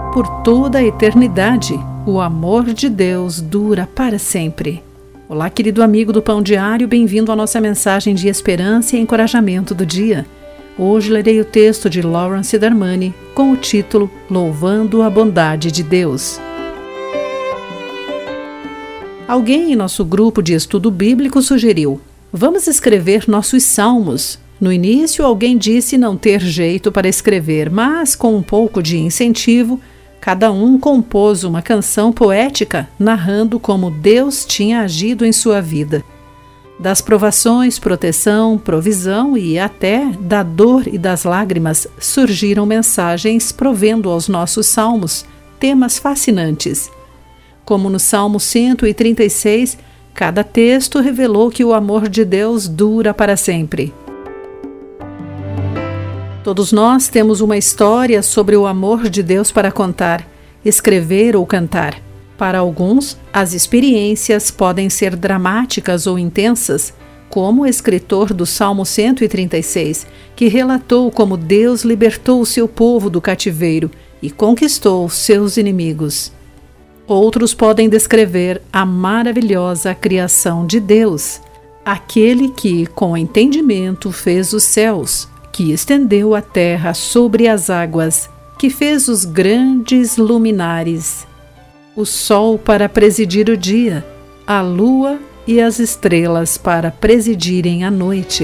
por toda a eternidade. O amor de Deus dura para sempre. Olá, querido amigo do Pão Diário, bem-vindo à nossa mensagem de esperança e encorajamento do dia. Hoje lerei o texto de Lawrence Darmani com o título Louvando a Bondade de Deus. Alguém em nosso grupo de estudo bíblico sugeriu: vamos escrever nossos salmos. No início, alguém disse não ter jeito para escrever, mas com um pouco de incentivo, cada um compôs uma canção poética narrando como Deus tinha agido em sua vida. Das provações, proteção, provisão e até da dor e das lágrimas surgiram mensagens provendo aos nossos salmos temas fascinantes. Como no Salmo 136, cada texto revelou que o amor de Deus dura para sempre. Todos nós temos uma história sobre o amor de Deus para contar, escrever ou cantar. Para alguns, as experiências podem ser dramáticas ou intensas, como o escritor do Salmo 136, que relatou como Deus libertou o seu povo do cativeiro e conquistou seus inimigos. Outros podem descrever a maravilhosa criação de Deus, aquele que, com entendimento, fez os céus, que estendeu a terra sobre as águas, que fez os grandes luminares, o sol para presidir o dia, a lua e as estrelas para presidirem a noite.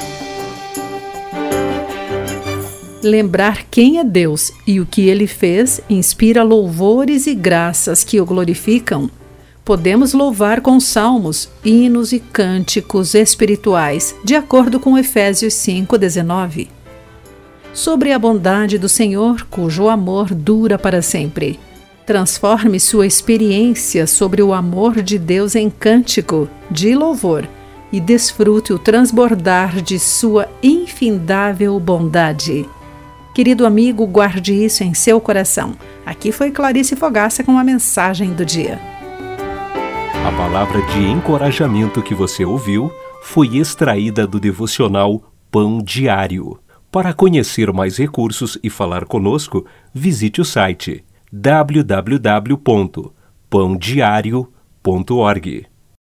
Lembrar quem é Deus e o que Ele fez inspira louvores e graças que o glorificam. Podemos louvar com salmos, hinos e cânticos espirituais, de acordo com Efésios 5:19. Sobre a bondade do Senhor, cujo amor dura para sempre. Transforme sua experiência sobre o amor de Deus em cântico de louvor e desfrute o transbordar de sua infindável bondade. Querido amigo, guarde isso em seu coração. Aqui foi Clarice Fogaça com a mensagem do dia. A palavra de encorajamento que você ouviu foi extraída do devocional Pão Diário. Para conhecer mais recursos e falar conosco, visite o site www.pandiario.org.